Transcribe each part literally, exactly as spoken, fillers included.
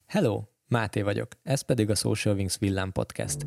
Hello, Máté vagyok, ez pedig a Social Wings Villám Podcast.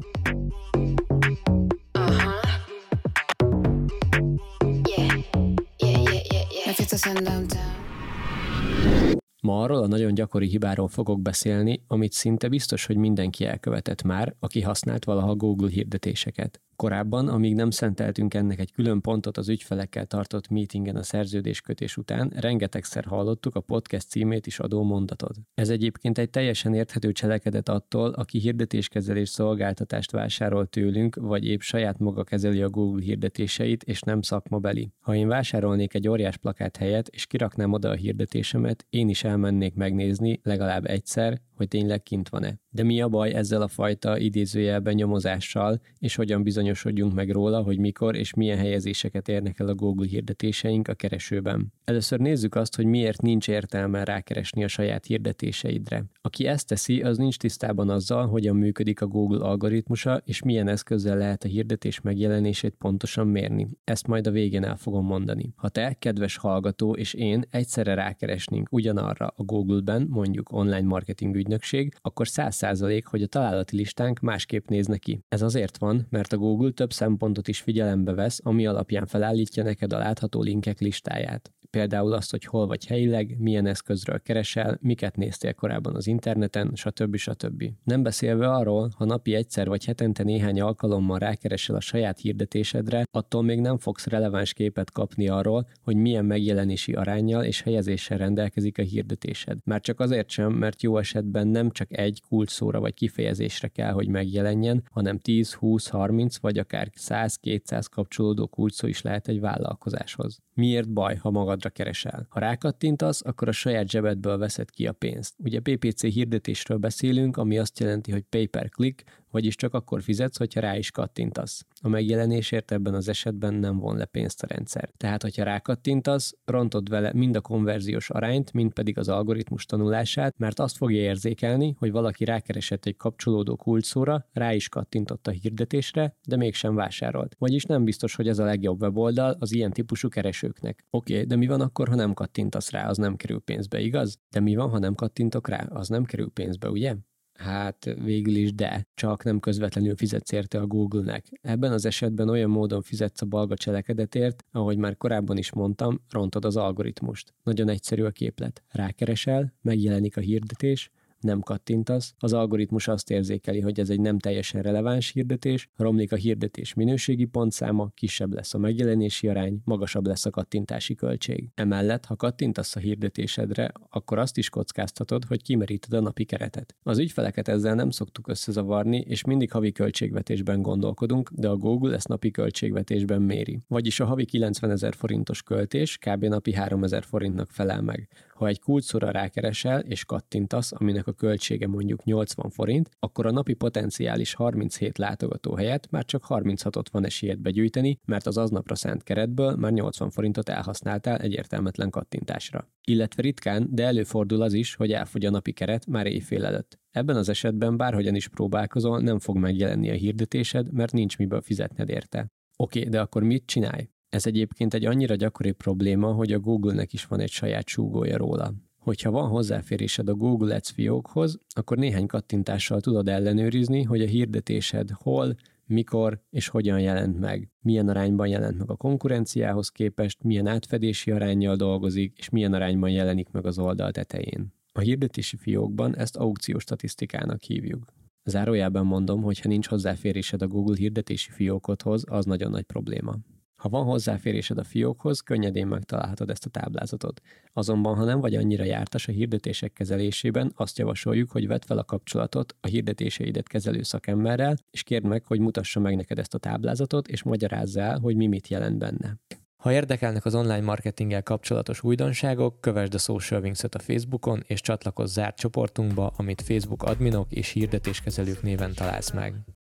Ma arról a nagyon gyakori hibáról fogok beszélni, amit szinte biztos, hogy mindenki elkövetett már, aki használt valaha Google hirdetéseket. Korábban, amíg nem szenteltünk ennek egy külön pontot az ügyfelekkel tartott meetingen a szerződéskötés után, rengetegszer hallottuk a podcast címét is adó mondatot. Ez egyébként egy teljesen érthető cselekedet attól, aki hirdetéskezelés szolgáltatást vásárol tőlünk, vagy épp saját maga kezeli a Google hirdetéseit, és nem szakmabeli. Ha én vásárolnék egy óriás plakát helyet, és kiraknám oda a hirdetésemet, én is elmennék megnézni legalább egyszer, hogy tényleg kint van-e. De mi a baj ezzel a fajta idézőjelben nyomozással, és hogyan bizonyosodjunk meg róla, hogy mikor és milyen helyezéseket érnek el a Google hirdetéseink a keresőben. Először nézzük azt, hogy miért nincs értelme rákeresni a saját hirdetéseidre. Aki ezt teszi, az nincs tisztában azzal, hogyan működik a Google algoritmusa, és milyen eszközzel lehet a hirdetés megjelenését pontosan mérni. Ezt majd a végén el fogom mondani. Ha te, kedves hallgató, és én egyszerre rákeresnénk ugyanarra a Google-ben, mondjuk online marketing ügynökség, akkor száz százalék, hogy a találati listánk másképp néz neki. Ez azért van, mert a Google több szempontot is figyelembe vesz, ami alapján felállítja neked a látható linkek listáját. Például azt, hogy hol vagy helyileg, milyen eszközről keresel, miket néztél korábban az interneten, stb. stb. Nem beszélve arról, ha napi egyszer vagy hetente néhány alkalommal rákeresel a saját hirdetésedre, attól még nem fogsz releváns képet kapni arról, hogy milyen megjelenési aránnyal és helyezéssel rendelkezik a hirdetésed. Már csak azért sem, mert jó esetben nem csak egy kulcsszóra vagy kifejezésre kell, hogy megjelenjen, hanem tíz, húsz, harminc vagy akár száz-kétszáz kapcsolódó kulcsszó is lehet egy vállalkozáshoz. Miért baj, ha magadra keresel? Ha rákattintasz, akkor a saját zsebedből veszed ki a pénzt. Ugye pé pé cé hirdetésről beszélünk, ami azt jelenti, hogy pay per click, vagyis csak akkor fizetsz, hogyha rá is kattintasz. A megjelenésért ebben az esetben nem von le pénzt a rendszer. Tehát, hogyha rákattintasz, rontod vele mind a konverziós arányt, mind pedig az algoritmus tanulását, mert azt fogja érzékelni, hogy valaki rákeresett egy kapcsolódó kulcsszóra, rá is kattintott a hirdetésre, de mégsem vásárolt. Vagyis nem biztos, hogy ez a legjobb weboldal az ilyen típusú keresőknek. Oké, okay, de mi van akkor, ha nem kattintasz rá, az nem kerül pénzbe, igaz? De mi van, ha nem kattintok rá, az nem kerül pénzbe, ugye? Hát végül is de, csak nem közvetlenül fizetsz érte a Google-nek. Ebben az esetben olyan módon fizetsz a balga cselekedetért, ahogy már korábban is mondtam, rontod az algoritmust. Nagyon egyszerű a képlet. Rákeresel, megjelenik a hirdetés, nem kattintasz, az algoritmus azt érzékeli, hogy ez egy nem teljesen releváns hirdetés, romlik a hirdetés minőségi pontszáma, kisebb lesz a megjelenési arány, magasabb lesz a kattintási költség. Emellett, ha kattintasz a hirdetésedre, akkor azt is kockáztatod, hogy kimeríted a napi keretet. Az ügyfeleket ezzel nem szoktuk összezavarni, és mindig havi költségvetésben gondolkodunk, de a Google ezt napi költségvetésben méri. Vagyis a havi kilencvenezer forintos költés kb. Napi háromezer forintnak felel meg. Ha egy kulcsszóra rákeresel és kattintasz, aminek a költsége mondjuk nyolcvan forint, akkor a napi potenciális harminchét látogató helyett már csak harminchatot van esélyed begyűjteni, mert az aznapra szánt keretből már nyolcvan forintot elhasználtál egy értelmetlen kattintásra. Illetve ritkán, de előfordul az is, hogy elfogy a napi keret már éjfél előtt. Ebben az esetben bárhogyan is próbálkozol, nem fog megjelenni a hirdetésed, mert nincs miből fizetned érte. Oké, de akkor mit csinálj? Ez egyébként egy annyira gyakori probléma, hogy a Google-nek is van egy saját súgója róla. Hogyha van hozzáférésed a Google Ads fiókhoz, akkor néhány kattintással tudod ellenőrizni, hogy a hirdetésed hol, mikor és hogyan jelent meg. Milyen arányban jelent meg a konkurenciához képest, milyen átfedési aránnyal dolgozik, és milyen arányban jelenik meg az oldal tetején. A hirdetési fiókban ezt aukciós statisztikának hívjuk. Zárójelben mondom, hogy ha nincs hozzáférésed a Google hirdetési fiókodhoz, az nagyon nagy probléma. Ha van hozzáférésed a fiókhoz, könnyedén megtalálhatod ezt a táblázatot. Azonban, ha nem vagy annyira jártas a hirdetések kezelésében, azt javasoljuk, hogy vedd fel a kapcsolatot a hirdetéseidet kezelő szakemberrel, és kérd meg, hogy mutassa meg neked ezt a táblázatot, és magyarázz el, hogy mi mit jelent benne. Ha érdekelnek az online marketinggel kapcsolatos újdonságok, kövesd a Social Wings-et a Facebookon, és csatlakozz zárt csoportunkba, amit Facebook adminok és hirdetéskezelők néven találsz meg.